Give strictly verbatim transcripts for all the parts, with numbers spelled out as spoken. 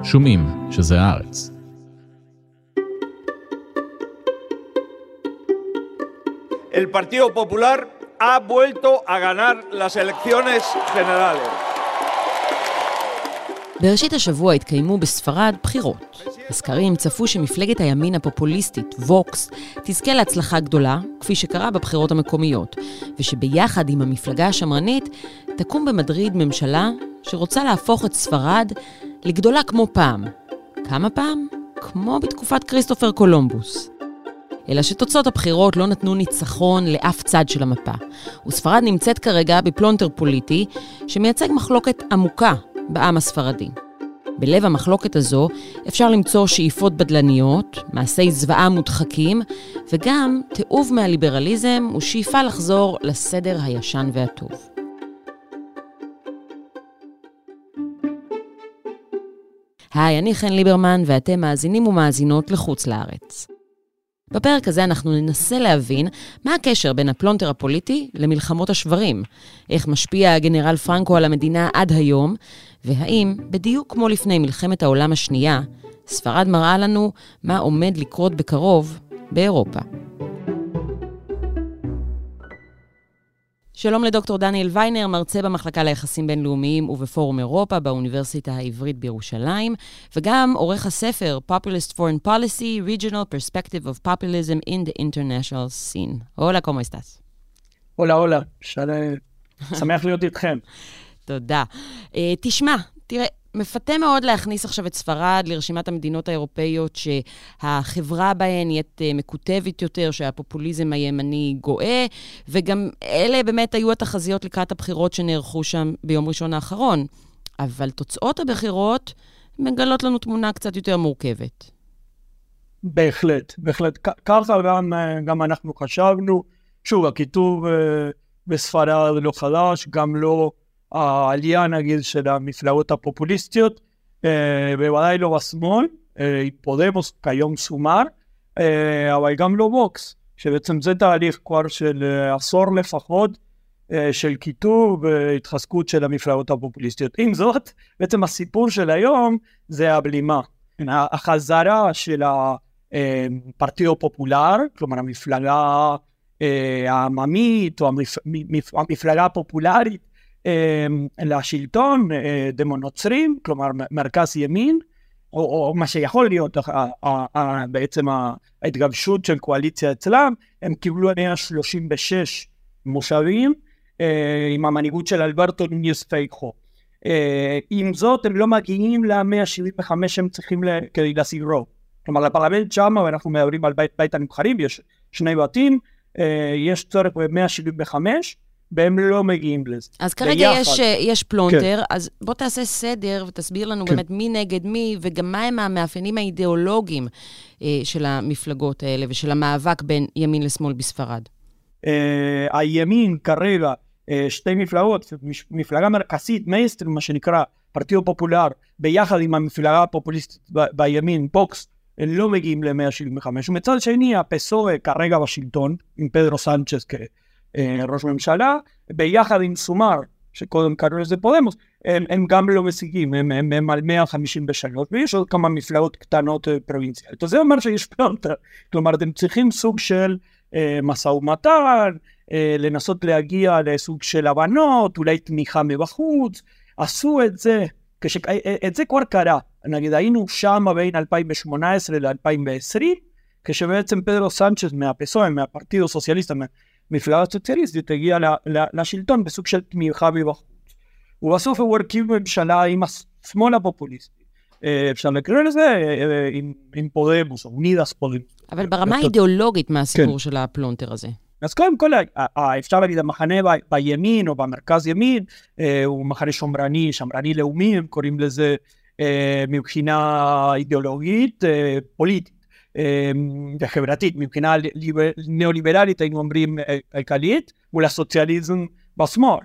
שומעים שזה הארץ. El Partido Popular ha vuelto a ganar las elecciones generales. בראשית השבוע התקיימו בספרד בחירות. הסקרים צפו שמפלגת הימין הפופוליסטית, ווקס, תזכה להצלחה גדולה, כפי שקרה בבחירות המקומיות, ושביחד עם המפלגה השמרנית תקום במדריד ממשלה שרוצה להפוך את ספרד לגדולה כמו פעם. כמה פעם? כמו בתקופת כריסטופר קולומבוס. אלא שתוצאות הבחירות לא נתנו ניצחון לאף צד של המפה. וספרד נמצאת כרגע בפלונטר פוליטי שמייצג מחלוקת עמוקה בעם הספרדי. בלב המחלוקת הזו אפשר למצוא שאיפות בדלניות, מעשי זוועה מודחקים, וגם תיעוב מהליברליזם ושאיפה לחזור לסדר הישן והטוב. היי, אני חן ליברמן ואתם מאזינים ומאזינות לחוץ לארץ. בפרק הזה אנחנו ננסה להבין מה הקשר בין הפלונטר הפוליטי למלחמות השברים, איך משפיע הגנרל פרנקו על המדינה עד היום, והאם, בדיוק כמו לפני מלחמת העולם השנייה, ספרד מראה לנו מה עומד לקרות בקרוב באירופה. שלום לדוקטור דניאל ויינר, מרצה במחלקה ליחסים בינלאומיים ובפורום אירופה באוניברסיטה העברית בירושלים, וגם עורך הספר Populist Foreign Policy, Regional Perspective of Populism in the International Scene. הולה, ¿cómo estás? הולה, הולה. שמח להיות איתכם. תודה. Uh, תשמע, תראה, מפתה מאוד להכניס עכשיו את ספרד לרשימת המדינות האירופאיות שהחברה בהן נהיית מקוטבת יותר, שהפופוליזם הימני גואה, וגם אלה באמת היו התחזיות לקראת הבחירות שנערכו שם ביום ראשון האחרון. אבל תוצאות הבחירות מגלות לנו תמונה קצת יותר מורכבת. בהחלט, בהחלט. ככה גם, גם אנחנו חשבנו, שוב, הכיתוב בספרד לא חלש, גם לא העלייה נגיד של המפלגות הפופוליסטיות, בוודאי לא בשמאל, פודמוס כיום סומר, אבל גם לא ווקס, שבעצם זה תהליך כבר של עשור לפחות, של כיתוב והתחזקות של המפלגות הפופוליסטיות. עם זאת, בעצם הסיפור של היום זה הבלימה, החזרה של הפרטיו פופולר, כלומר המפלגה העממית או המפלגה הפופולרית, לשלטון דמונוצרים, כלומר מרכז ימין, או, או מה שיכול להיות בעצם ההתגבשות של קואליציה אצלם, הם קיבלו מאה שלושים ושש מושבים, עם המנהיגות של אלברטו נוניס פייחו. עם זאת, הם לא מגיעים ל-מאה שבעים וחמש שהם צריכים כדי להשיג רוב. כלומר, לפרלמנט שם, ואנחנו מדברים על בית, בית הנבחרים, יש שני בתים, יש צורך ב-מאה שבעים וחמש, והם לא מגיעים לזה. אז כרגע יש, יש פלונטר, כן. אז בוא תעשה סדר ותסביר לנו כן. באמת מי נגד מי, וגם מה הם המאפיינים האידיאולוגיים אה, של המפלגות האלה, ושל המאבק בין ימין לשמאל בספרד. אה, הימין כרגע, אה, שתי מפלגות, מפלגה מרכזית, מיינסטרים, מה שנקרא, פרטיו פופולר, ביחד עם המפלגה הפופוליסטית ב- בימין, בוקס, הם לא מגיעים ל-מאה שבעים וחמש. ומצד שני, הפסואה כרגע בשלטון, עם פדרו סנצ'ס כ... ראש ממשלה, ביחד עם סומר, שקודם קראו לזה פודמוס, הם, הם גם לא משיגים, הם, הם, הם על מאה חמישים ושלוש, ויש עוד כמה מפלגות קטנות פרובינציאליות. אז זה אומר שיש פלונטר, כלומר, אתם צריכים סוג של אה, מסע ומתן, אה, לנסות להגיע לסוג של הבנות, אולי תמיכה מבחוץ, עשו את זה, כש, את זה כבר קרה, נגיד, היינו שם בין אלפיים שמונה עשרה ל-אלפיים ועשרים, כשבעצם פדרו סנצ'ס מהפסואה, מהפרטידו סוציאליסטה, מפלגה סוציאליסטית הגיעה לשלטון בסוג של תמיכה מבחוץ. ובסוף הוא הרכיב ממשלה עם השמאל הפופוליסטי. אפשר לקרוא לזה עם פודמוס, או אונידס פודמוס. אבל ברמה האידיאולוגית מה הסיפור של הפלונטר הזה? אז קודם כל, אפשר להגיד, המחנה בימין או במרכז ימין, הוא מחנה שמרני, שמרני לאומי, הם קוראים לזה מבחינה אידיאולוגית, פוליטית. וחברתית, מבחינה ניאו-ליברלית, היינו אומרים כלכלית, מול הסוציאליזם בשמאל.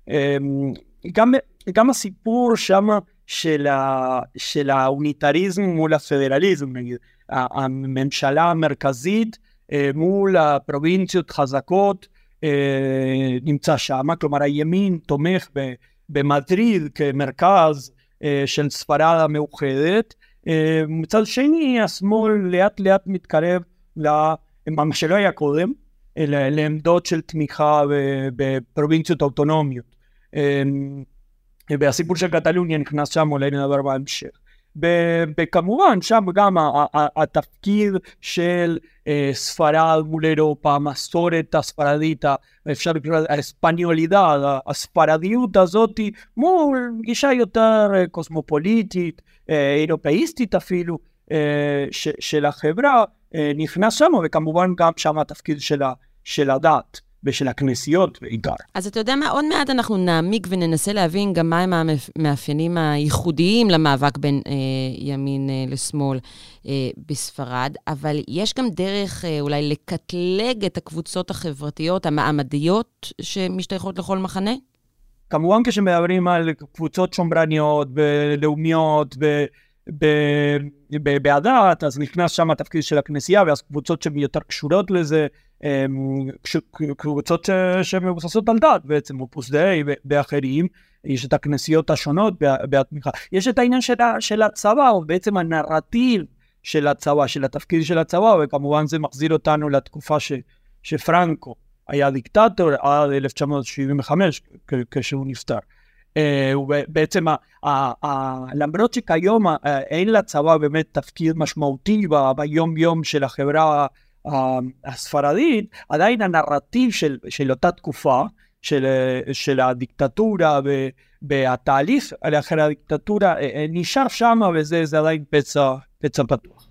גם, גם הסיפור שם של, ה, של האוניטריזם מול הפדרליזם, נגיד, הממשלה המרכזית מול הפרובינציות חזקות נמצא שם, כלומר הימין תומך במדריד כמרכז של ספרד המאוחדת. מצד שני, השמאל לאט לאט מתקרב למה שלא היה קודם, לעמדות של תמיכה בפרובינציות אוטונומיות. והסיפור של קטלוניה נכנס שם, אולי נדבר בהמשך. וכמובן שם גם התפקיד של ספרד מול אירופה, המסורת הספרדית, אפשר לקרוא הספניולידד, הספרדיות הזאת מול גישה יותר קוסמופוליטית, אירופאיסטית אפילו של החברה, נכנס שם, וכמובן גם שם התפקיד של הדת ושל הכנסיות בעיקר. אז אתה יודע מה, עוד מעט אנחנו נעמיק וננסה להבין גם מהם המאפיינים הייחודיים למאבק בין אה, ימין אה, לשמאל אה, בספרד, אבל יש גם דרך אה, אולי לקטלג את הקבוצות החברתיות, המעמדיות שמשתייכות לכל מחנה? כמובן כשמדברים על קבוצות שומרניות, לאומיות, ב... בעדת, אז נכנס שם התפקיד של הכנסייה, ואז קבוצות שהן יותר קשורות לזה, קבוצות שמבוססות על דת בעצם, אופוס דאי ואחרים, יש את הכנסיות השונות בתמיכה. יש את העניין של הצבא, או בעצם הנרטיב של הצבא, של התפקיד של הצבא, וכמובן זה מחזיר אותנו לתקופה שפרנקו היה דיקטטור עד אלף תשע מאות שבעים וחמש, כשהוא נפטר. בעצם למרות שכיום אין לצבא באמת תפקיד משמעותי ביום יום של החברה הספרדית, עדיין הנרטיב של, של אותה תקופה של, של הדיקטטורה והתהליך לאחר הדיקטטורה נשאר שם, וזה זה עדיין פצע, פצע פתוח.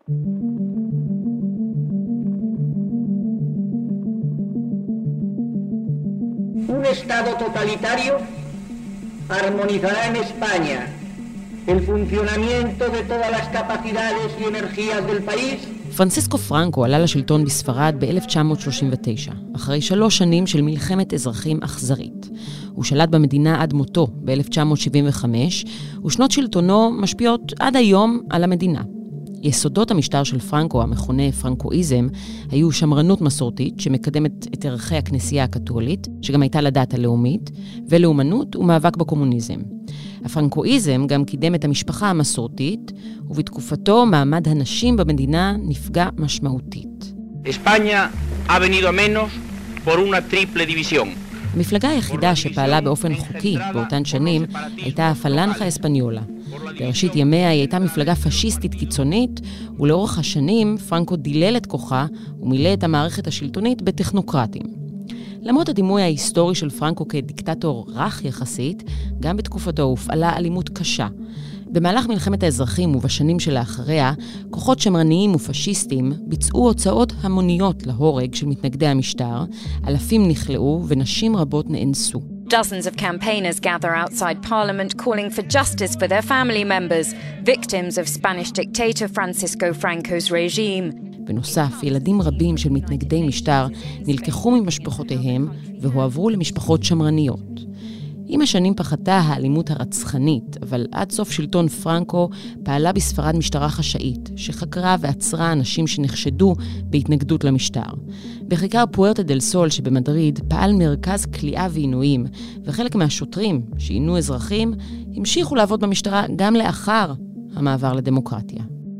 Un estado totalitario armonizará en España el funcionamiento de todas las capacidades y energías del país. פרנסיסקו פרנקו עלה לשלטון בספרד ב-אלף תשע מאות שלושים ותשע, אחרי שלוש שנים של מלחמת אזרחים אכזרית. הוא שלט במדינה עד מותו ב-אלף תשע מאות שבעים וחמש, ושנות שלטונו משפיעות עד היום על המדינה. יסודות המשטר של פרנקו, המכונה פרנקואיזם, היו שמרנות מסורתית שמקדמת את ערכי הכנסייה הקתולית, שגם הייתה לדת הלאומית, ולאומנות ומאבק בקומוניזם. הפרנקואיזם גם קידם את המשפחה המסורתית, ובתקופתו מעמד הנשים במדינה נפגע משמעותית. España ha venido a menos por una triple división. המפלגה היחידה שפעלה באופן חוקי באותן שנים הייתה הפלנחה אספניולה. בראשית ימיה היא הייתה מפלגה פשיסטית קיצונית, ולאורך השנים פרנקו דילל את כוחה ומילא את המערכת השלטונית בטכנוקרטים. למרות הדימוי ההיסטורי של פרנקו כדיקטטור רך יחסית, גם בתקופתו הופעלה אלימות קשה. במהלך מלחמת האזרחים ובשנים שלאחריה, כוחות שמרניים ופשיסטים ביצעו הוצאות המוניות להורג של מתנגדי המשטר, אלפים נכלאו ונשים רבות נאנסו. Dozens of campaigners gather outside Parliament calling for justice for their family members, victims of Spanish dictator Francisco Franco's regime. בנוסף, ילדים רבים של מתנגדי משטר נלקחו ממשפחותיהם והועברו למשפחות שמרניות. עם השנים פחתה האלימות הרצחנית, אבל עד סוף שלטון פרנקו פעלה בספרד משטרה חשאית, שחקרה ועצרה אנשים שנחשדו בהתנגדות למשטר. בכיכר פוארטה דל סול שבמדריד פעל מרכז כליאה ועינויים, וחלק מהשוטרים שעינו אזרחים המשיכו לעבוד במשטרה גם לאחר המעבר לדמוקרטיה.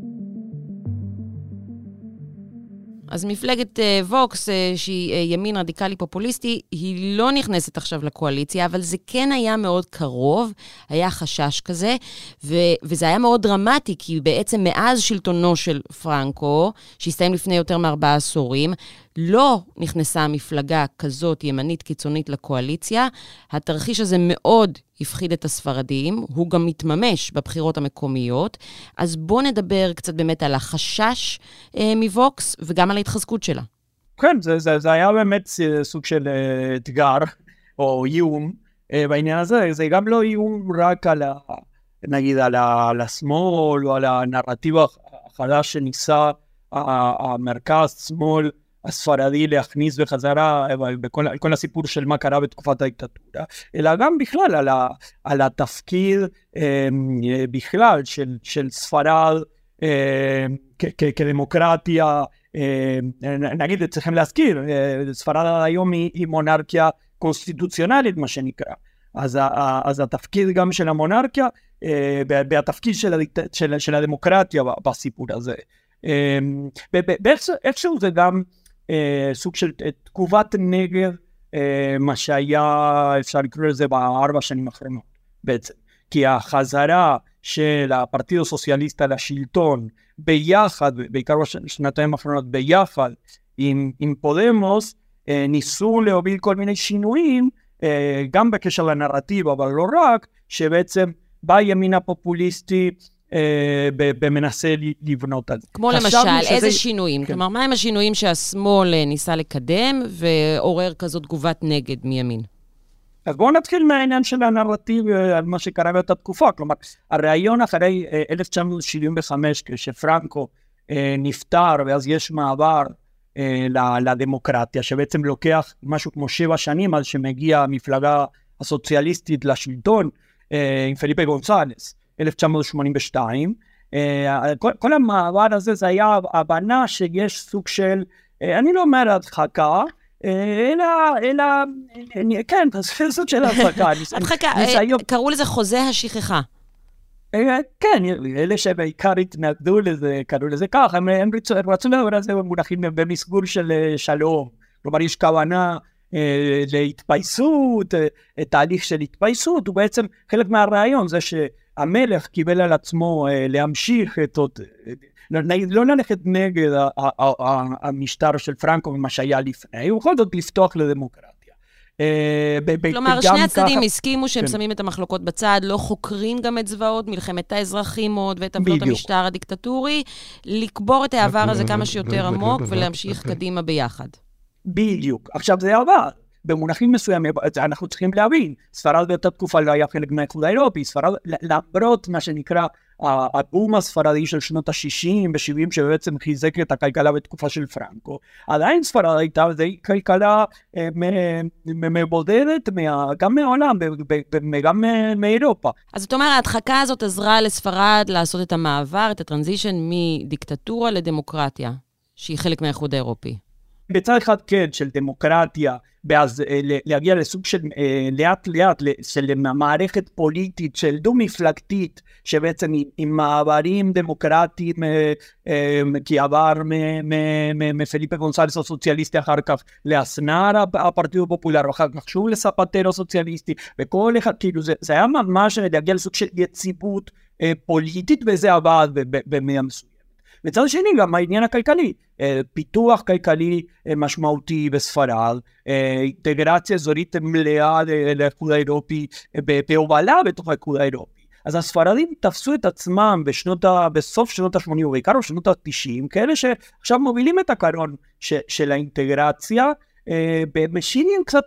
אז מפלגת uh, ווקס, uh, שהיא uh, ימין רדיקלי פופוליסטי, היא לא נכנסת עכשיו לקואליציה, אבל זה כן היה מאוד קרוב, היה חשש כזה, ו- וזה היה מאוד דרמטי, כי בעצם מאז שלטונו של פרנקו, שהסתיים לפני יותר מארבעה עשורים, לא נכנסה מפלגה כזאת ימנית קיצונית לקואליציה. התרחיש הזה מאוד הפחיד את הספרדים, הוא גם מתממש בבחירות המקומיות. אז בואו נדבר קצת באמת על החשש אה, מווקס וגם על ההתחזקות שלה. כן, זה, זה, זה היה באמת סוג של אתגר או איום אה, בעניין הזה. זה גם לא איום רק על, ה, נגיד, על, ה, על השמאל או על הנרטיב החדש שניסה המרכז שמאל הספרדי להכניס בחזרה בכל, כל הסיפור של מה קרה בתקופת הדיקטטורה, אלא גם בכלל על, ה, על התפקיד אה, בכלל של, של ספרד אה, כ, כ, כדמוקרטיה. אה, נגיד, צריכים להזכיר, אה, ספרד היום היא, היא מונרכיה קונסטיטוציונלית, מה שנקרא. אז, ה, אז התפקיד גם של המונרכיה בתפקיד של, של, של הדמוקרטיה בסיפור הזה. באיכשהו זה גם סוג של תגובת נגד, מה שהיה, אפשר לקרוא לזה בארבע שנים האחרונות בעצם. כי החזרה של הפרטיד הסוציאליסטי לשלטון ביחד, בעיקר בשנתיים האחרונות ביחד עם, עם פודמוס, ניסו להוביל כל מיני שינויים, גם בקשר לנרטיב, אבל לא רק, שבעצם בימין הפופוליסטי במנסה לבנות על זה. כמו למשל, איזה שינויים? כלומר, מה הם השינויים שהשמאל ניסה לקדם ועורר כזאת תגובת נגד מימין? אז בואו נתחיל מהעניין של הנרטיב על מה שקרה באותה תקופה. כלומר, הרעיון אחרי אלף תשע מאות שבעים וחמש, כשפרנקו נפטר, ואז יש מעבר לדמוקרטיה, שבעצם לוקח משהו כמו שבע שנים, אז שמגיע המפלגה הסוציאליסטית לשלטון, עם פליפה גונסלס, אלף תשע מאות שמונים ושתיים. כל, כל המעבר הזה, זה היה הבנה שיש סוג של, אני לא אומר הדחקה, אלא, אלא, כן, זה סוג של הדחקה. הדחקה, קראו לזה חוזה השכחה. כן, אלה שבעיקר התנגדו לזה, קראו לזה כך, הם, הם רצו לדבר על זה במונחים במסגור של שלום. כלומר, יש כוונה להתפייסות, תהליך של התפייסות, הוא בעצם חלק מהרעיון, זה שהמלך קיבל על עצמו להמשיך את עוד, לא ללכת נגד המשטר של פרנקו ומה שהיה לפני, הוא יכול זאת לפתוח לדמוקרטיה. כלומר, שני הצדדים הסכימו שהם שמים את המחלוקות בצד, לא חוקרים גם את זוועות, מלחמת האזרחים עוד ואת עוולות המשטר הדיקטטורי, לקבור את העבר הזה כמה שיותר עמוק ולהמשיך קדימה ביחד. בדיוק. עכשיו זה עבר. במונחים מסוימים, אנחנו צריכים להבין, ספרד באותה תקופה לא היה חלק מהאיחוד האירופי, ספרד, למרות מה שנקרא הבום הספרדי של שנות ה-שישים ו-שבעים, שבעצם חיזק את הכלכלה בתקופה של פרנקו, עדיין ספרד הייתה, זו כלכלה מבודדת גם מהעולם וגם מאירופה. אז זאת אומרת, ההדחקה הזאת עזרה לספרד לעשות את המעבר, את הטרנזישן מדיקטטורה לדמוקרטיה, שהיא חלק מהאיחוד האירופי. בצד אחד כן, של דמוקרטיה, ואז להגיע לסוג של לאט לאט, של מערכת פוליטית, של דו-מפלגתית, שבעצם עם מעברים דמוקרטיים, כי עבר מפליפה גונסלס הסוציאליסטי אחר כך, לאסנר הפרטיד הפופולר, ואחר כך שוב לספטרו הסוציאליסטי, וכל אחד, כאילו זה היה ממש להגיע לסוג של יציבות פוליטית, וזה עבד במאה מסוים. מצד שני, גם העניין הכלכלי, פיתוח כלכלי משמעותי בספרד, אינטגרציה אזורית מלאה לאיחוד האירופי, בהובלה בתוך האיחוד האירופי. אז הספרדים תפסו את עצמם בשנות ה... בסוף שנות ה-שמונים, ובעיקר בשנות ה-תשעים, כאלה שעכשיו מובילים את הקרון ש... של האינטגרציה, במשינים קצת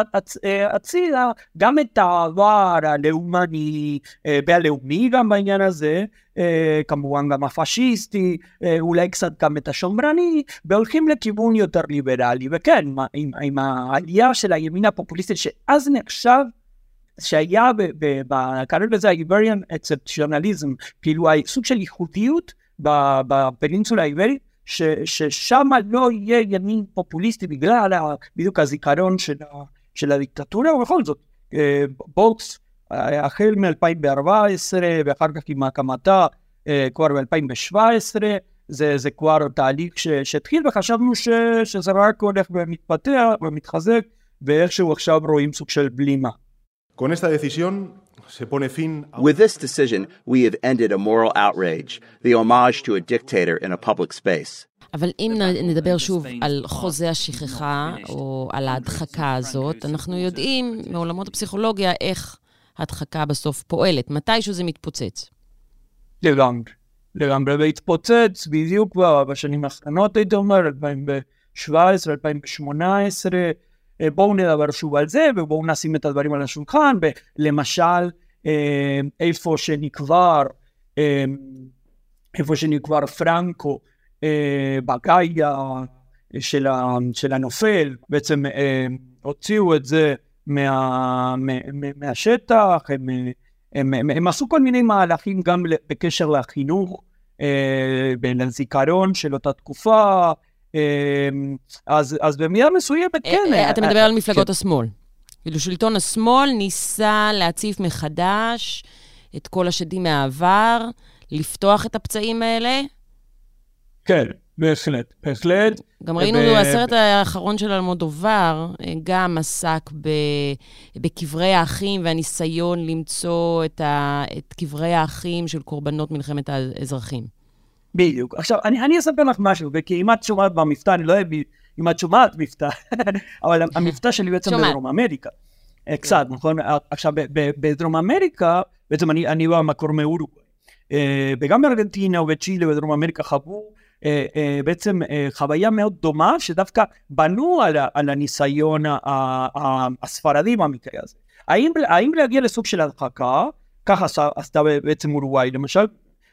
הצילה, גם את העבר הלאומני והלאומי גם בעניין הזה, כמובן גם הפשיסטי, אולי קצת גם את השומרני, והולכים לכיוון יותר ליברלי, וכן, עם, עם העלייה של הימין הפופוליסטי, שאז נחשב, שהיה, קרוב לזה האיבריאן אקספציונליזם, כאילו סוג של ייחודיות בפנינסולה האיברית, ששם לא יהיה ימין פופוליסטי בגלל בדיוק הזיכרון של, של הדיקטטורה, ובכל זאת, בוקס, החל מ-אלפיים וארבע עשרה, ואחר כך עם הקמתה, כבר ב-אלפיים שבע עשרה, זה, זה כבר תהליך שהתחיל, וחשבנו ש, שזה רק הולך ומתפתח ומתחזק, ואיכשהו עכשיו רואים סוג של בלימה. Con esta decisión se pone fin a... With this decision, we have ended a moral outrage, the homage to a dictator in a public space. אבל אם נדבר שוב על חוזה השכחה, או על ההדחקה הזאת, אנחנו יודעים מעולמות הפסיכולוגיה איך ההדחקה בסוף פועלת, מתישהו זה מתפוצץ. לגמרי, לגמרי, והתפוצץ בדיוק בשנים האחרונות, הייתי אומר, אלפיים שבע עשרה, אלפיים שמונה עשרה, בואו נדבר שוב על זה, ובואו נשים את הדברים על השולחן, למשל, איפה שנקבר, איפה שנקבר פרנקו, בגאיה של, של הנופל, בעצם הוציאו את זה מה, מהשטח, הם, הם, הם, הם עשו כל מיני מהלכים גם בקשר לחינוך, לזיכרון של אותה תקופה, אז, אז במידה מסוימת, כן. אתה מדבר על מפלגות השמאל. כאילו שלטון השמאל ניסה להציף מחדש את כל השדים מהעבר, לפתוח את הפצעים האלה? כן, בהחלט, בהחלט. גם ראינו, ב... הסרט האחרון של אלמודובר, גם עסק ב... בקברי האחים, והניסיון למצוא את, ה... את קברי האחים של קורבנות מלחמת האזרחים. בדיוק. עכשיו, אני, אני אספר לך משהו, וכי אם את שומעת במבטא, אני לא יודע אם את שומעת מבטא, אבל המבטא שלי בעצם בדרום אמריקה. קצת, נכון? עכשיו, בדרום אמריקה, בעצם אני, אני במקור מאורוגוואי. וגם בארגנטינה ובצ'ילה ובדרום אמריקה חוו בעצם חוויה מאוד דומה, שדווקא בנו על, על הניסיון הספרדי במקרה הזה. האם, האם להגיע לסוג של הדחקה, ככה עשתה בעצם אורוגוואי, למשל,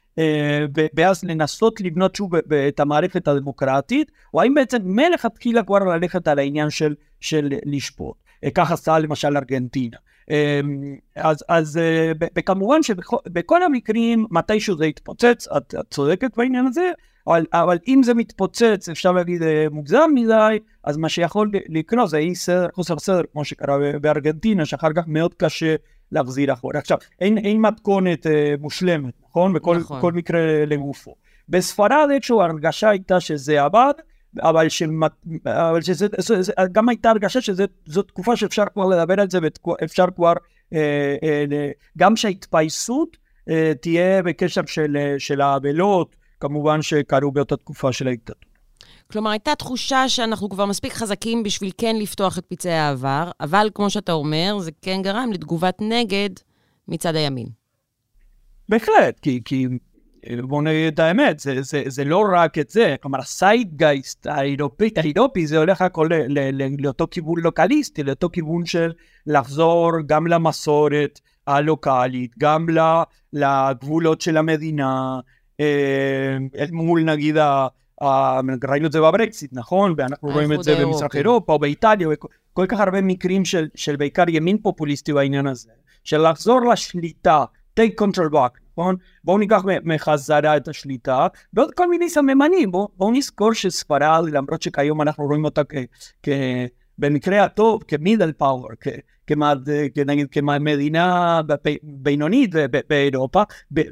ואז לנסות לבנות שוב את המערכת הדמוקרטית, או האם בעצם מלך התחילה כבר ללכת על העניין של, של לשפוט. כך עשה למשל ארגנטינה. אז, אז וכמובן שבכל המקרים, מתישהו זה יתפוצץ, את, את צודקת בעניין הזה, אבל, אבל אם זה מתפוצץ, אפשר להגיד מוגזם מדי, אז מה שיכול לקרות זה אי סדר, חוסר סדר, כמו שקרה בארגנטינה, שאחר כך מאוד קשה להחזיר אחורה. עכשיו, אין, אין מתכונת אה, מושלמת, נכון? בכל נכון. כל מקרה לגופו. בספרד איזשהו הרגשה הייתה שזה עבד, אבל, שמת, אבל שזה, זה, זה, גם הייתה הרגשה שזו תקופה שאפשר כבר לדבר על זה, ואפשר כבר, אה, אה, גם שההתפייסות אה, תהיה בקשר של, של העבלות, כמובן שקרו באותה תקופה של ההתדטות. כלומר, הייתה תחושה שאנחנו כבר מספיק חזקים בשביל כן לפתוח את פצעי העבר, אבל כמו שאתה אומר, זה כן גרם לתגובת נגד מצד הימין. בהחלט, כי, כי בואו נגיד את האמת, זה, זה, זה לא רק את זה, כלומר, הסיידגייסט האירופי, האירופי זה הולך הכל ל, ל, ל, לאותו כיוון לוקליסטי, לאותו כיוון של לחזור גם למסורת הלוקלית, גם לגבולות של המדינה, אל מול נגיד ה... ראינו את זה בברקסיט, נכון? ואנחנו רואים את זה במזרח אירופה או באיטליה, וכל כך הרבה מקרים של, של בעיקר ימין פופוליסטי בעניין הזה, של לחזור לשליטה, take control back, נכון? בואו ניקח מחזרה את השליטה, ועוד כל מיני סממנים, בואו בוא נזכור שספרד, למרות שכיום אנחנו רואים אותה כ, כ, במקרה הטוב, כמידל פאוור, כ, כמד, כנגיד, כמדינה בינונית באירופה,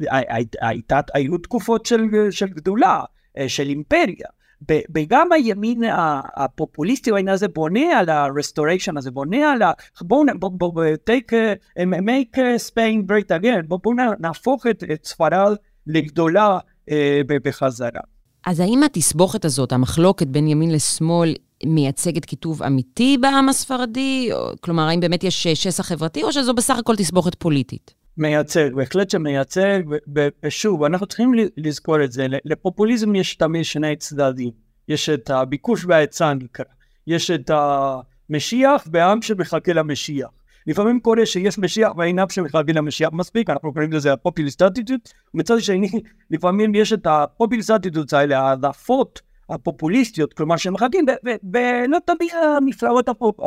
היו תקופות של, של גדולה, של אימפריה, וגם הימין הפופוליסטי בעניין הזה בונה על ה-restoration הזה, בונה על ה... בואו take, make Spain great again, בואו נהפוך את ספרד לגדולה בחזרה. אז האם התסבוכת הזאת, המחלוקת בין ימין לשמאל, מייצגת כיתוב אמיתי בעם הספרדי? כלומר, האם באמת יש שסע חברתי, או שזו בסך הכל תסבוכת פוליטית? מייצג, בהחלט שמייצג, ושוב, אנחנו צריכים לזכור את זה, לפופוליזם יש תמיד שני צדדים, יש את הביקוש וההיצע נקרא, יש את המשיח והעם שמחכה למשיח. לפעמים קורה שיש משיח ואין עם שמחכה למשיח מספיק, אנחנו קוראים לזה הפופוליסט אטיטוד, ומצד שני, לפעמים יש את הפופוליסט אטיטוד האלה, העדפות הפופוליסטיות, כלומר שמחכים, ולא תמיד המפלגות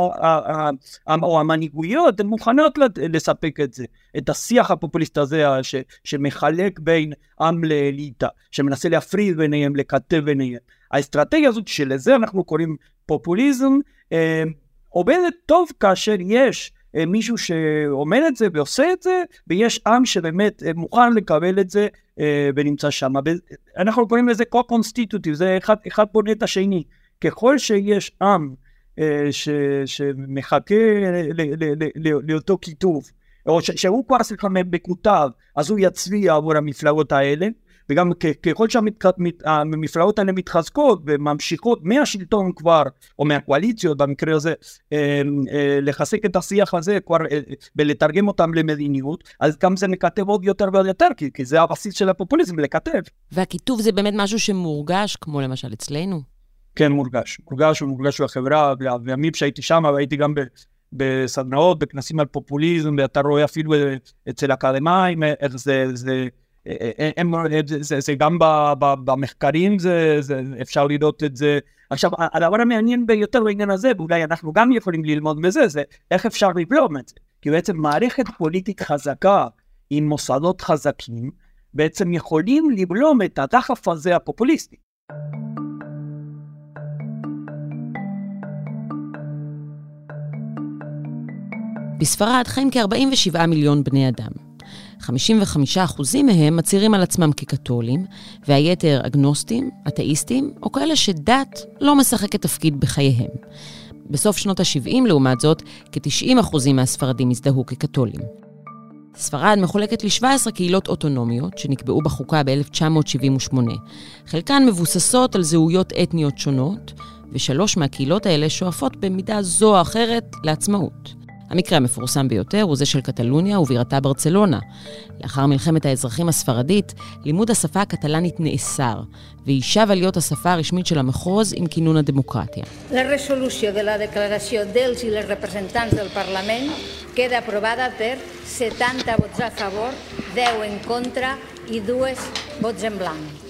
או המנהיגויות, הן מוכנות לספק את זה, את השיח הפופוליסט הזה שמחלק בין עם לאליטה, שמנסה להפריד ביניהם, לקטב ביניהם. האסטרטגיה הזאת שלזה אנחנו קוראים פופוליזם, עובדת טוב כאשר יש מישהו שאומר את זה ועושה את זה, ויש עם שבאמת מוכן לקבל את זה ונמצא שם. אנחנו קוראים לזה co-constitutive, זה אחד, אחד בונה את השני. ככל שיש עם שמחכה לאותו כיתוב, או שהוא כבר סליחה בכותב, אז הוא יצביע עבור המפלגות האלה, וגם ככל שהמפלגות האלה מתחזקות וממשיכות מהשלטון כבר, או מהקואליציות במקרה הזה, לחזק את השיח הזה כבר, ולתרגם אותם למדיניות, אז גם זה נכתב עוד יותר ועוד יותר, כי זה הבסיס של הפופוליזם, לכתב. והכיתוב זה באמת משהו שמורגש, כמו למשל אצלנו? כן, מורגש. מורגש ומורגש בחברה, והימים שהייתי שם, והייתי גם בסדנאות, בכנסים על פופוליזם, ואתה רואה אפילו אצל אקדמיים, איך זה... זה הם, זה, זה גם במחקרים, זה, זה, אפשר לראות את זה. עכשיו, הדבר המעניין ביותר בעניין הזה, ואולי אנחנו גם יכולים ללמוד בזה, זה איך אפשר לבלום את זה. כי בעצם מערכת פוליטית חזקה, עם מוסדות חזקים, בעצם יכולים לבלום את הדחף הזה הפופוליסטי. בספרד חיים כ-ארבעים ושבעה מיליון בני אדם. חמישים וחמישה אחוז מהם מצהירים על עצמם כקתולים, והיתר אגנוסטים, אתאיסטים, או כאלה שדת לא משחקת תפקיד בחייהם. בסוף שנות ה-שבעים, לעומת זאת, כ-תשעים אחוז מהספרדים הזדהו כקתולים. ספרד מחולקת ל-שבע עשרה קהילות אוטונומיות שנקבעו בחוקה ב-אלף תשע מאות שבעים ושמונה. חלקן מבוססות על זהויות אתניות שונות, ושלוש מהקהילות האלה שואפות במידה זו או אחרת לעצמאות. המקרה המפורסם ביותר הוא זה של קטלוניה ובירתה ברצלונה. לאחר מלחמת האזרחים הספרדית, לימוד השפה הקטלנית נאסר, והיא שבה להיות השפה הרשמית של המחוז עם כינון הדמוקרטיה. La resolució de la declaració dels i les representants del Parlament queda aprovada per setanta vots a favor, deu en contra i dues vots en blanc.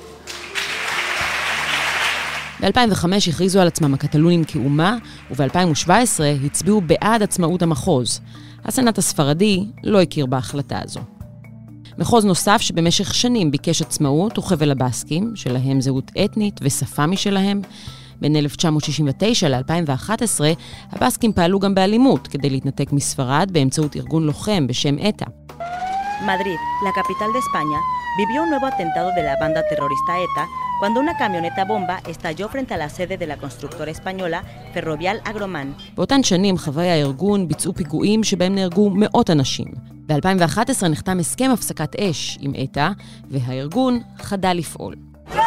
ב-אלפיים וחמש הכריזו על עצמם הקטלונים כאומה, וב-אלפיים ושבע עשרה הצביעו בעד עצמאות המחוז. הסנאט הספרדי לא הכיר בהחלטה הזו. מחוז נוסף שבמשך שנים ביקש עצמאות הוא חבל הבאסקים, שלהם זהות אתנית ושפה משלהם. בין אלף תשע מאות שישים ותשע ל-אלפיים ואחת עשרה הבאסקים פעלו גם באלימות כדי להתנתק מספרד באמצעות ארגון לוחם בשם אטה. Madrid, la capital de España, vivió un nuevo atentado de la banda terrorista ETA cuando una camioneta bomba estalló frente a la sede de la constructora española Ferrovial Agroman. באותן שנים חברי הארגון ביצעו פיגועים שבהם נהרגו מאות אנשים. ב-אלפיים ואחת עשרה נחתם הסכם הפסקת אש עם אטה, והארגון חדל לפעול.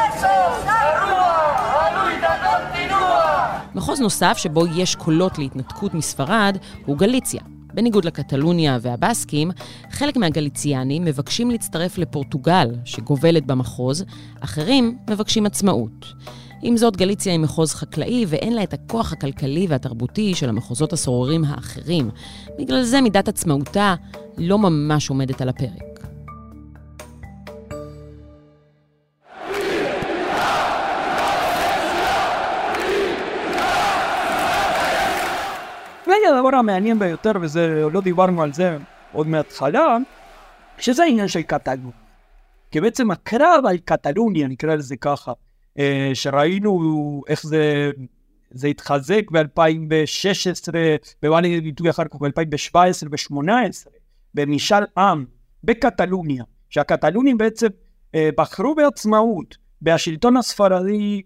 מחוז נוסף שבו יש קולות להתנתקות מספרד הוא גליציה. בניגוד לקטלוניה והבאסקים, חלק מהגליציאנים מבקשים להצטרף לפורטוגל, שגובלת במחוז, אחרים מבקשים עצמאות. עם זאת, גליציה היא מחוז חקלאי ואין לה את הכוח הכלכלי והתרבותי של המחוזות הסוררים האחרים. בגלל זה מידת עצמאותה לא ממש עומדת על הפרק. והדבר המעניין ביותר, וזה לא דיברנו על זה עוד מההתחלה, שזה העניין של קטלוניה. כי בעצם הקרב על קטלוניה, נקרא לזה ככה, שראינו איך זה, זה התחזק ב-אלפיים ושש עשרה, ובא לידי אחר כך ב-אלפיים שבע עשרה ו-שמונה עשרה, במשאל עם בקטלוניה, שהקטלונים בעצם בחרו בעצמאות, והשלטון הספרדי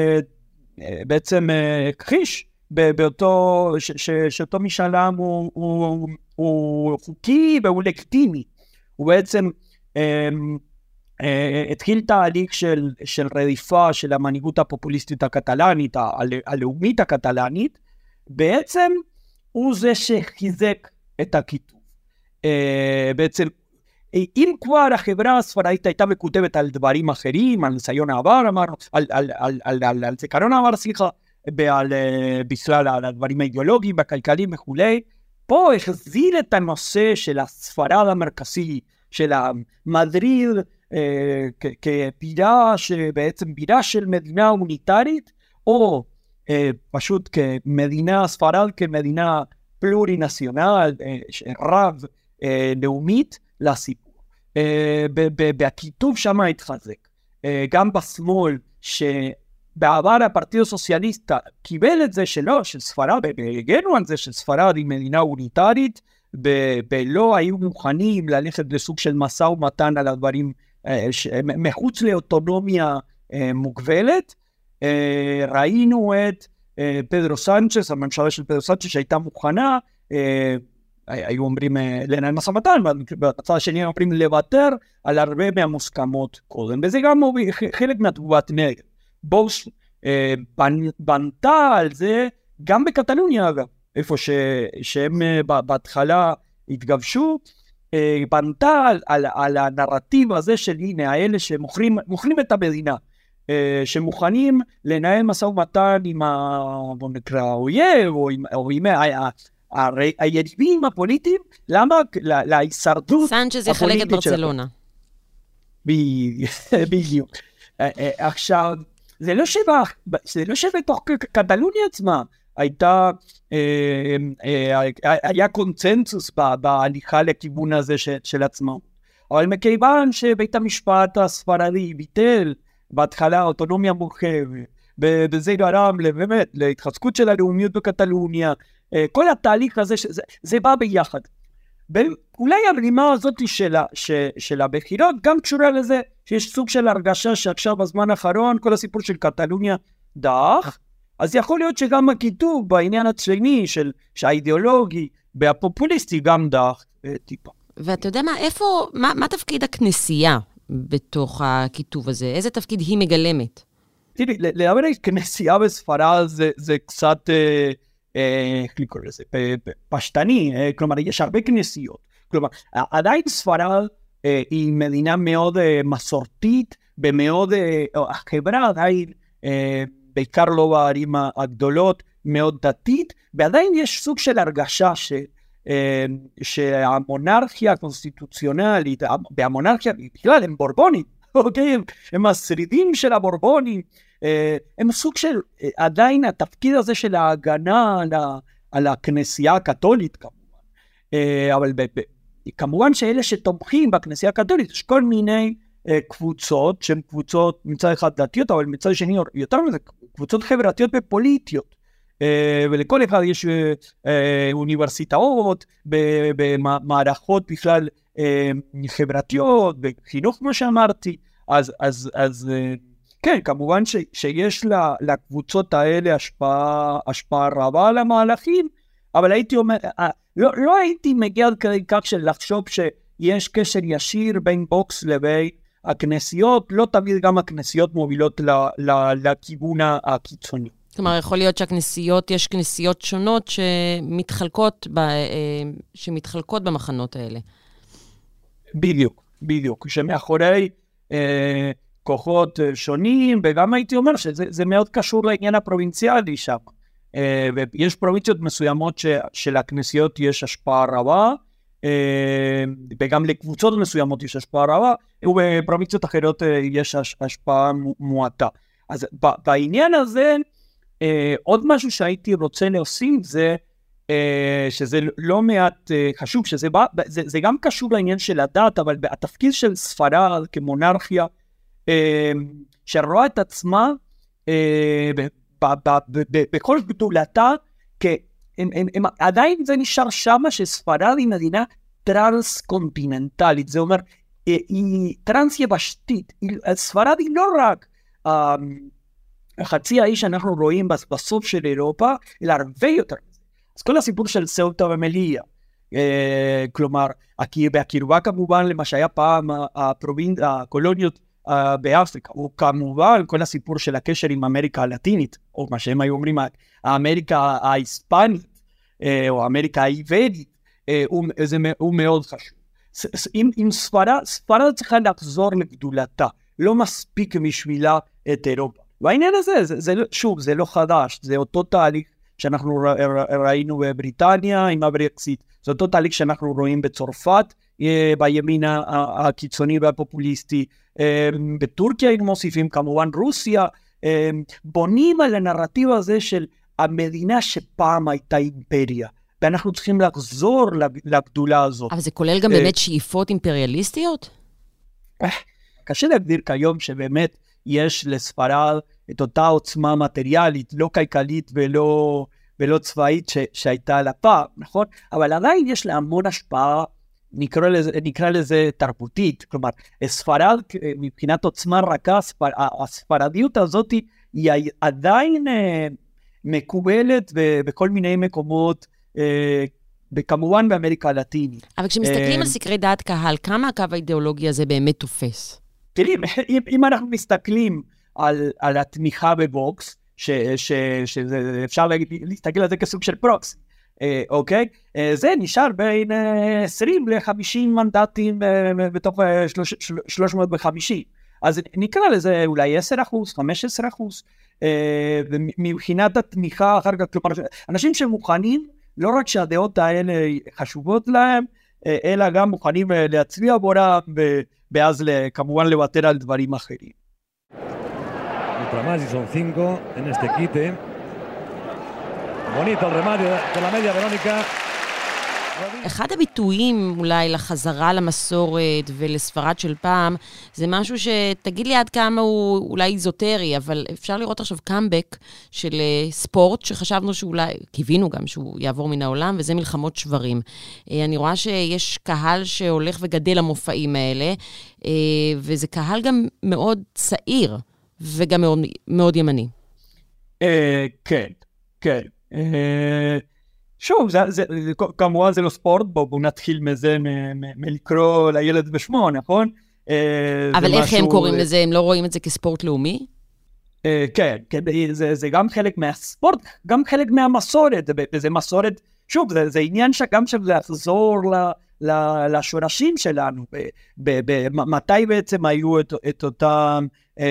בעצם הכחיש, באותו, ש, ש, שאותו משאל עם הוא, הוא, הוא חוקי והוא לקטימי. הוא בעצם אה, אה, התחיל תהליך של, של רדיפה של המנהיגות הפופוליסטית הקטלנית, ה, הלאומית הקטלנית, בעצם הוא זה שחיזק את הכיתוב. אה, בעצם, אם כבר החברה הספרדית הייתה מקוטבת על דברים אחרים, על ניסיון העבר, אמרנו, על, על, על, על, על, על זיכרון העבר, סליחה, בעל, בכלל על הדברים האידיאולוגיים, הכלכליים וכולי, פה החזיר את הנושא של הספרד המרכזי, של מדריד אה, כבירה, שבעצם בירה של מדינה הומניטרית, או אה, פשוט כמדינה, ספרד כמדינה פלורי-נציונל, אה, רב אה, לאומית לסיפור. אה, בכיתוב שם התחזק. אה, גם בשמאל, ש... בעבר הפרטיד הסוציאליסטה קיבל את זה שלא, של ספרד, והגנו על זה של ספרד היא מדינה אוניטרית, ולא היו מוכנים ללכת לסוג של מסע ומתן על הדברים, מחוץ לאוטונומיה מוגבלת. ראינו את פדרו סנצ'ס, הממשלה של פדרו סנצ'ס שהייתה מוכנה, היו אומרים לנהל מסע ומתן, בצד השני אומרים לוותר על הרבה מהמוסכמות קודם, וזה גם חלק מהתגובת נגד. בוס אה, בנתה על זה גם בקטלוניה אגב, איפה ש, שהם אה, בהתחלה התגבשו, אה, בנתה על, על, על הנרטיב הזה של הנה האלה שמוכרים מוכרים את המדינה, אה, שמוכנים לנהל משא ומתן עם ה... בוא נקרא האויב או עם, או עם ה, ה, ה, היריבים הפוליטיים, למה? להישרדות סנצ'ז יחלק את ברצלונה. בדיוק. עכשיו, זה לא שבא, זה לא שבתוך קטלוניה עצמה, הייתה, אה, אה, היה קונצנזוס בהליכה לכיוון הזה של, של עצמו. אבל מכיוון שבית המשפט הספרדי ביטל בהתחלה אוטונומיה מורחבת, וזה גרם באמת להתחזקות של הלאומיות בקטלוניה, אה, כל התהליך הזה, זה, זה בא ביחד. ואולי הבלימה הזאת של, ש, של הבחירות גם קשורה לזה שיש סוג של הרגשה שעכשיו בזמן האחרון כל הסיפור של קטלוניה דח, אז יכול להיות שגם הכיתוב בעניין השני של האידיאולוגי והפופוליסטי גם דח טיפה. ואתה יודע מה, איפה, מה, מה תפקיד הכנסייה בתוך הכיתוב הזה? איזה תפקיד היא מגלמת? תראי, לדבר על כנסייה בספרד זה, זה קצת, איך לקרוא לזה, פשטני, כלומר, יש הרבה כנסיות. כלומר, עדיין ספרד היא מדינה מאוד מסורתית, ומאוד, החברה עדיין, בעיקר לא בערים הגדולות, מאוד דתית, ועדיין יש סוג של הרגשה ש... שהמונרכיה הקונסטיטוציונלית, והמונרכיה בכלל הם בורבונים, אוקיי? הם השרידים של הבורבונים, הם סוג של, עדיין התפקיד הזה של ההגנה על, ה, על הכנסייה הקתולית כמובן, אבל ב, ב, כמובן שאלה שתומכים בכנסייה הקתולית, יש כל מיני קבוצות, שהן קבוצות מצד אחד דתיות, אבל מצד שני יותר מזה, קבוצות חברתיות ופוליטיות, ולכל אחד יש אוניברסיטאות, במערכות בכלל חברתיות, בחינוך כמו שאמרתי, אז, אז, אז כן, כמובן ש, שיש לה, לקבוצות האלה השפעה, השפעה רבה על המהלכים, אבל הייתי אומר, לא, לא הייתי מגיע כדי כך של לחשוב שיש קשר ישיר בין בוקס לבין הכנסיות, לא תמיד גם הכנסיות מובילות ל, ל, לכיוון הקיצוני. כלומר, יכול להיות שהכנסיות, יש כנסיות שונות שמתחלקות, ב, שמתחלקות במחנות האלה. בדיוק, בדיוק. שמאחורי אה, כוחות שונים, וגם הייתי אומר שזה זה מאוד קשור לעניין הפרובינציאלי שם. אה, ויש פרובינציות מסוימות ש, של הכנסיות יש השפעה רבה, אה, וגם לקבוצות מסוימות יש השפעה רבה, ובפרובינציות אחרות אה, יש השפעה מועטה. אז בעניין הזה, Uh, עוד משהו שהייתי רוצה להוסיף זה uh, שזה לא מעט uh, חשוב, שזה בא, זה, זה גם קשור לעניין של הדת, אבל התפקיד של ספרד כמונרכיה uh, שרואה את עצמה uh, ב, ב, ב, ב, ב, בכל גדולתה, כי הם, הם, הם, עדיין זה נשאר שמה שספרד היא מדינה טרנס קונטיננטלית, זה אומר uh, היא טרנס יבשתית, ספרד היא לא רק uh, החצי האי שאנחנו רואים בסוף של אירופה, אלא הרבה יותר. אז כל הסיפור של סאוטה ומליה, אה, כלומר, בהקרבה כמובן למה שהיה פעם הפרובינ... הקולוניות אה, באפריקה, או כמובן כל הסיפור של הקשר עם אמריקה הלטינית, או מה שהם היו אומרים, האמריקה ההיספנית, אה, או אמריקה העיברית, אה, הוא, זה, הוא מאוד חשוב. עם, עם ספרד, ספרד צריכה לחזור לגדולתה, לא מספיק משבילה את אירופה. והעניין הזה, זה, זה, שוב, זה לא חדש, זה אותו תהליך שאנחנו ראינו בבריטניה עם הברקסיט, זה אותו תהליך שאנחנו רואים בצרפת, בימין הקיצוני והפופוליסטי, בטורקיה אם מוסיפים, כמובן רוסיה, בונים על הנרטיב הזה של המדינה שפעם הייתה אימפריה, ואנחנו צריכים לחזור לגדולה הזאת. אבל זה כולל גם באמת שאיפות אימפריאליסטיות? קשה להגדיר כיום שבאמת, יש לספרד את אותה עוצמה מטריאלית, לא כלכלית ולא, ולא צבאית ש, שהייתה לה פעם, נכון? אבל עדיין יש לה המון השפעה, נקרא לזה, נקרא לזה תרבותית, כלומר, ספרד מבחינת עוצמה רכה, הספר, הספרדיות הזאת היא עדיין אה, מקובלת ב, בכל מיני מקומות, אה, וכמובן באמריקה הלטינית. אבל כשמסתכלים אה, על סקרי דעת קהל, כמה הקו האידיאולוגי הזה באמת תופס? תראי, אם, אם אנחנו מסתכלים על, על התמיכה בבוקס, ש, ש, שאפשר להסתכל על זה כסוג של פרוקס, אה, אוקיי? אה, זה נשאר בין אה, עשרים לחמישים מנדטים אה, בתוך אה, שלוש מאות וחמישים. אז נקרא לזה אולי עשרה אחוז, חמישה עשר אחוז, אה, מבחינת התמיכה אחר כך, כלומר, אנשים שמוכנים, לא רק שהדעות האלה חשובות להם, אה, אלא גם מוכנים אה, להצביע עבורם, ב... ואז כמובן לוותר על דברים אחרים. Ultramás y son cinco en este quite. Bonito el remate de la media Verónica. אחד הביטויים אולי לחזרה למסורת ולספרד של פעם, זה משהו שתגיד לי עד כמה הוא אולי איזוטרי, אבל אפשר לראות עכשיו קאמבק של ספורט שחשבנו שאולי, קיווינו גם שהוא יעבור מן העולם, וזה מלחמות שברים. אני רואה שיש קהל שהולך וגדל למופעים האלה, וזה קהל גם מאוד צעיר, וגם מאוד, מאוד ימני. כן, כן. שוב, זה, זה, זה, כמובן זה לא ספורט, בואו בוא נתחיל מזה, מ, מ, מלקרוא לילד בשמו, נכון? אבל איך משהו, הם קוראים לזה? הם לא רואים את זה כספורט לאומי? כן, כן זה, זה גם חלק מהספורט, גם חלק מהמסורת, זה, זה מסורת, שוב, זה, זה עניין שגם של לחזור ל, ל, לשורשים שלנו, ב, ב, ב, מתי בעצם היו את, את אותם,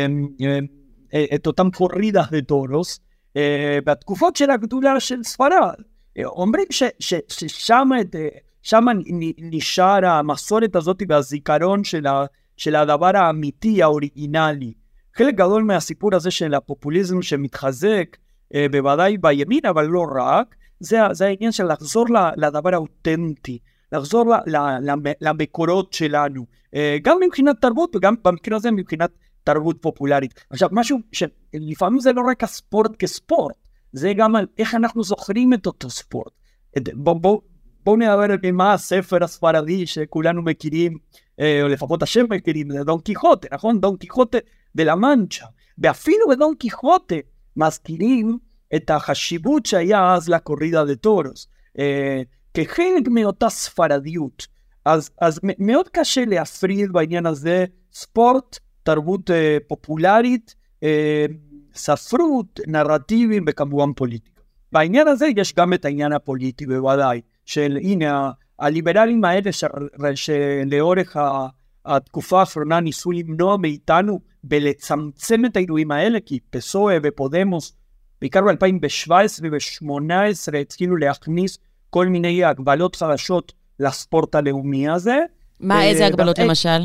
את אותם קורידה וטורוס, בתקופות של הגדולה של ספרד. אומרים ש, ש, ששם שם נשאר המסורת הזאת והזיכרון של, ה, של הדבר האמיתי, האוריגינלי. חלק גדול מהסיפור הזה של הפופוליזם שמתחזק, בוודאי בימין, אבל לא רק, זה, זה העניין של לחזור לדבר האותנטי, לחזור למקורות שלנו, גם מבחינת תרבות וגם במקרה הזה מבחינת תרבות פופולרית. עכשיו, משהו שלפעמים זה לא רק הספורט כספורט, זה גם על איך אנחנו זוכרים את אותו ספורט. בואו בוא, בוא נעבר מה הספר הספרדי שכולנו מכירים, או לפחות השם מכירים, זה דון קיחוטה, נכון? דון קיחוטה דה מנצ'ה. ואפילו בדון קיחוטה מזכירים את החשיבות שהיה אז לקורידה דה טורוס, אה, כחלק מאותה ספרדיות. אז, אז מאוד קשה להפריד בעניין הזה ספורט, תרבות אה, פופולרית, אה, ספרות, נרטיבים וכמובן פוליטיקה. בעניין הזה יש גם את העניין הפוליטי בוודאי, של הנה הליברלים האלה שלאורך התקופה האחרונה ניסו למנוע מאיתנו בלצמצם את האירועים האלה, כי פסואה ופודמוס, בעיקר ב-אלפיים שבע עשרה ו-שמונה עשרה התחילו להכניס כל מיני הגבלות חדשות לספורט הלאומי הזה. מה, איזה הגבלות למשל?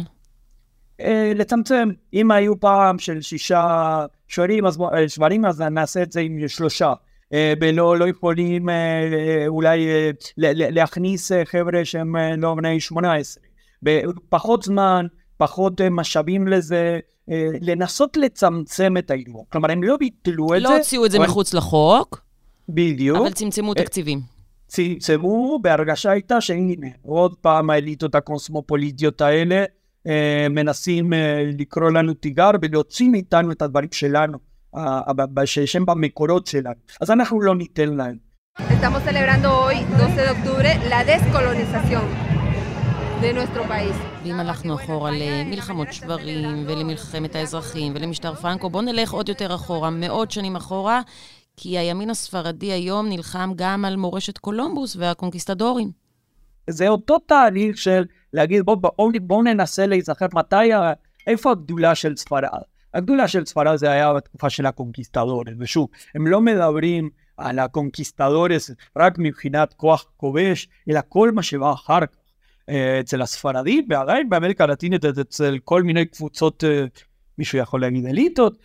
לצמצם, אם היו פעם של שישה שברים, אז, שברים, אז נעשה את זה עם שלושה. ולא לא יכולים אולי להכניס חבר'ה שהם לא בני שמונה עשרה. בפחות זמן, פחות משאבים לזה, לנסות לצמצם את האירוע. כלומר, הם לא ביטלו את זה. לא הוציאו את זה מחוץ לחוק. בדיוק. אבל צמצמו תקציבים. צמצמו, בהרגשה הייתה שהנה, עוד פעם האליטות הקוסמופוליטיות האלה, מנסים לקרוא לנו תיגר ולהוציא מאיתנו את הדברים שלנו, שהם במקורות שלנו. אז אנחנו לא ניתן להם. Estamos celebrando hoy, doce de octubre, la descolonización de nuestro país. ואם הלכנו אחורה למלחמות שברים ולמלחמת האזרחים ולמשטר פרנקו, בואו נלך עוד יותר אחורה, מאות שנים אחורה, כי הימין הספרדי היום נלחם גם על מורשת קולומבוס והקונקיסטדורים. זה אותו תהליך של להגיד, בואו בוא, בוא ננסה להיזכר מתי, איפה הגדולה של ספרד? הגדולה של ספרד זה היה בתקופה של הקונקיסטדורס, ושוב, הם לא מדברים על הקונקיסטדורס רק מבחינת כוח כובש, אלא כל מה שבא אחר כך. אצל הספרדים, ועדיין באמריקה הלטינית, אצל כל מיני קבוצות, מישהו יכול להגיד אליטות,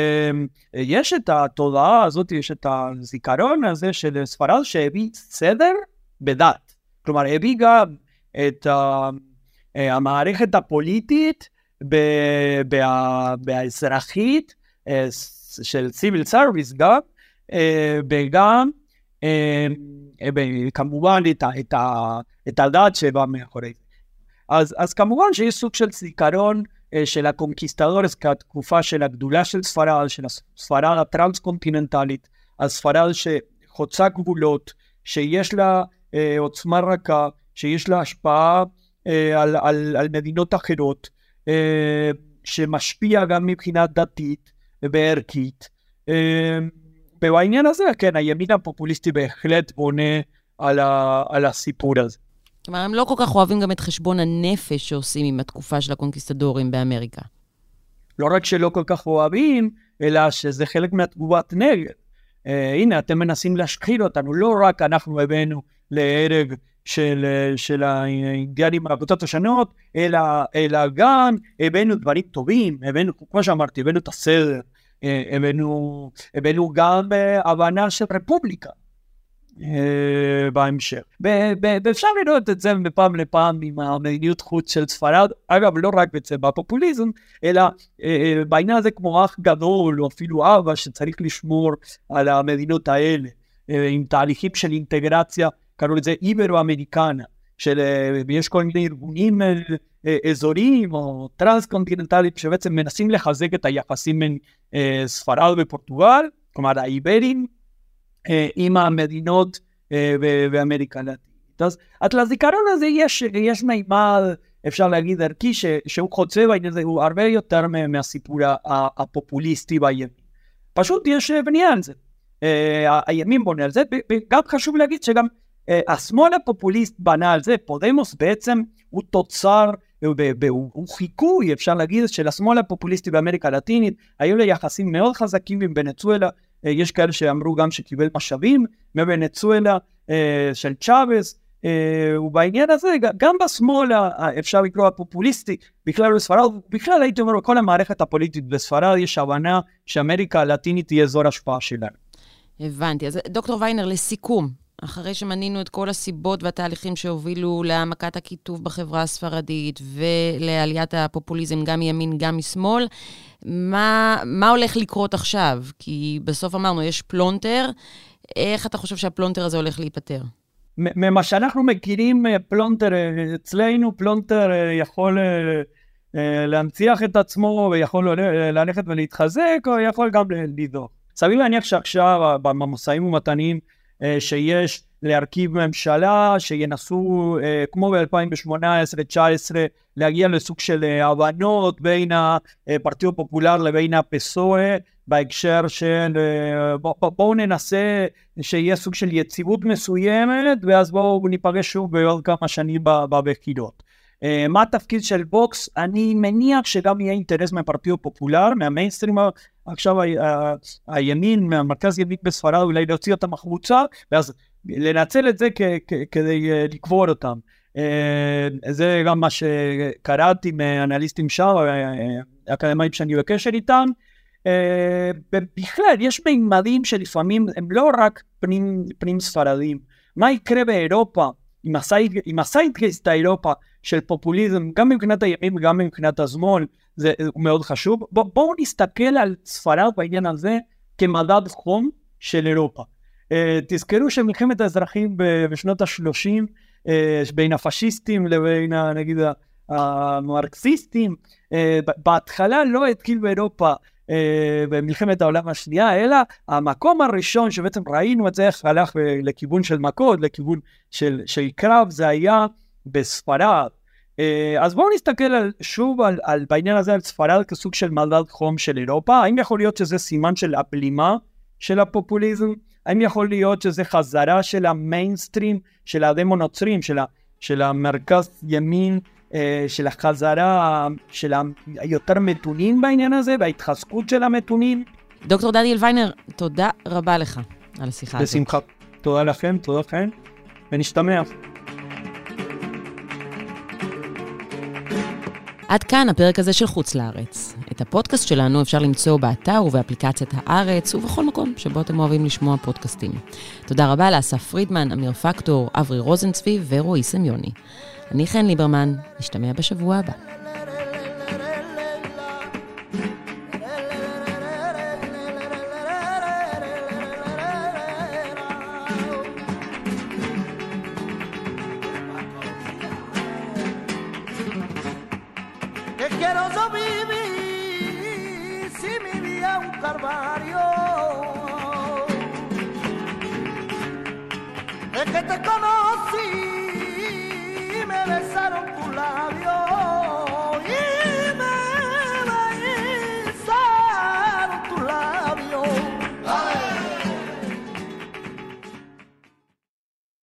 יש את התודעה הזאת, יש את הזיכרון הזה של ספרד שהביא סדר בדת. כלומר, הביא גם את המערכת הפוליטית והאזרחית של סיביל סרוויס גם, וגם כמובן את הדת שבא מאחורי. אז כמובן שיש סוג של זיכרון של הקונקיסטדורס כתקופה של הגדולה של ספרד, של הספרד הטרנס-קונטיננטלית, הספרד שחוצה גבולות, שיש לה עוצמה רכה, שיש לה השפעה על, על, על מדינות אחרות, שמשפיע גם מבחינה דתית וערכית. ובעניין הזה, כן, הימין הפופוליסטי בהחלט בונה על, ה, על הסיפור הזה. כלומר, הם לא כל כך אוהבים גם את חשבון הנפש שעושים עם התקופה של הקונקיסטדורים באמריקה. לא רק שלא כל כך אוהבים, אלא שזה חלק מהתגובת נגד. Uh, הנה, אתם מנסים להשחיל אותנו, לא רק אנחנו הבאנו להרג של, של האינדיאנים מהקבוצות השונות, אלא, אלא גם הבאנו דברים טובים, הבאנו, כמו שאמרתי, הבאנו את הסדר, הבאנו, הבאנו גם הבנה של רפובליקה. בהמשך. ואפשר לראות את זה מפעם לפעם עם המדיניות חוץ של ספרד, אגב לא רק בפופוליזם, אלא בעניין הזה כמו אח גדול או אפילו אבא שצריך לשמור על המדינות האלה, עם תהליכים של אינטגרציה, קראו לזה איברו-אמריקנה, ויש כל מיני ארגונים אזוריים או טרנס-קונטיננטליים שבעצם מנסים לחזק את היחסים בין ספרד ופורטוגל, כלומר האיברים, עם המדינות באמריקה הלטינית. אז לזיכרון הזה יש, יש מימד, אפשר להגיד, ערכי, שהוא חוצה בעניין הזה, הוא הרבה יותר מהסיפור הפופוליסטי בימין. פשוט יש בנייה על זה. הימין בונה על זה, וגם חשוב להגיד שגם השמאל הפופוליסט בנה על זה, פודמוס בעצם הוא תוצר, הוא חיקוי, אפשר להגיד, של השמאל הפופוליסטי באמריקה הלטינית, היו לה יחסים מאוד חזקים עם ונצואלה, יש כאלה שאמרו גם שקיבל משאבים מוונצואלה של צ'אבס, ובעניין הזה גם בשמאל אפשר לקרוא הפופוליסטי, בכלל בספרד, בכלל הייתי אומר, כל המערכת הפוליטית בספרד יש הבנה שאמריקה הלטינית תהיה אזור השפעה שלנו. הבנתי, אז דוקטור ויינר, לסיכום, אחרי שמנינו את כל הסיבות והתהליכים שהובילו להעמקת הכיתוב בחברה הספרדית ולעליית הפופוליזם גם מימין גם משמאל, מה, מה הולך לקרות עכשיו? כי בסוף אמרנו, יש פלונטר, איך אתה חושב שהפלונטר הזה הולך להיפטר? ממה שאנחנו מכירים פלונטר אצלנו, פלונטר יכול להנציח את עצמו ויכול ללכת ולהתחזק, או יכול גם לדוח. סביר להניח שעכשיו במסעים ומתנים שיש להרכיב ממשלה, שינסו כמו ב-אלפיים שמונה עשרה תשע עשרה להגיע לסוג של הבנות בין הפרטיו פופולר לבין הפסואה, בהקשר של בואו ננסה שיהיה סוג של יציבות מסוימת, ואז בואו ניפגש שוב בעוד כמה שנים בבחירות. מה התפקיד של ווקס? אני מניח שגם יהיה אינטרס מהפרטיו פופולר, מהמיינסטרים, עכשיו הימין, מהמרכז ימין בספרד, אולי להוציא אותם החוצה, ואז לנצל את זה כדי לקבור אותם. זה גם מה שקראתי מאנליסטים שם, האקדמיים שאני בקשר איתם. בכלל, יש מימדים שלפעמים הם לא רק פנים, פנים ספרדים. מה יקרה באירופה, עם הסיידגייסט האירופה של פופוליזם, גם מבחינת הימין וגם מבחינת השמאל, זה מאוד חשוב. בואו בוא נסתכל על ספרד בעניין הזה כמדד חום של אירופה. Uh, תזכרו שמלחמת האזרחים בשנות ה-שלושים, uh, בין הפשיסטים לבין, נגיד, המרקסיסטים, uh, בהתחלה לא התחיל באירופה uh, במלחמת העולם השנייה, אלא המקום הראשון שבעצם ראינו את זה, איך הלך לכיוון של מכות, לכיוון של, של קרב, זה היה בספרד. Uh, אז בואו נסתכל על, שוב על, על, בעניין הזה על ספרד כסוג של מדד חום של אירופה. האם יכול להיות שזה סימן של הבלימה של הפופוליזם? האם יכול להיות שזה חזרה של המיינסטרים, של הדמונוצרים, של, ה, של המרכז ימין, אה, של החזרה של היותר מתונים בעניין הזה, וההתחזקות של המתונים? דוקטור דניאל ויינר, תודה רבה לך על השיחה הזאת. בשמחה. תודה לכם, תודה לכם, ונשתמע. עד כאן הפרק הזה של חוץ לארץ. את הפודקאסט שלנו אפשר למצוא באתר ובאפליקציית הארץ ובכל מקום שבו אתם אוהבים לשמוע פודקאסטים. תודה רבה לאסף פרידמן, אמיר פקטור, אברי רוזנצבי ורועי סמיוני. אני חן ליברמן, נשתמע בשבוע הבא. Que te conozco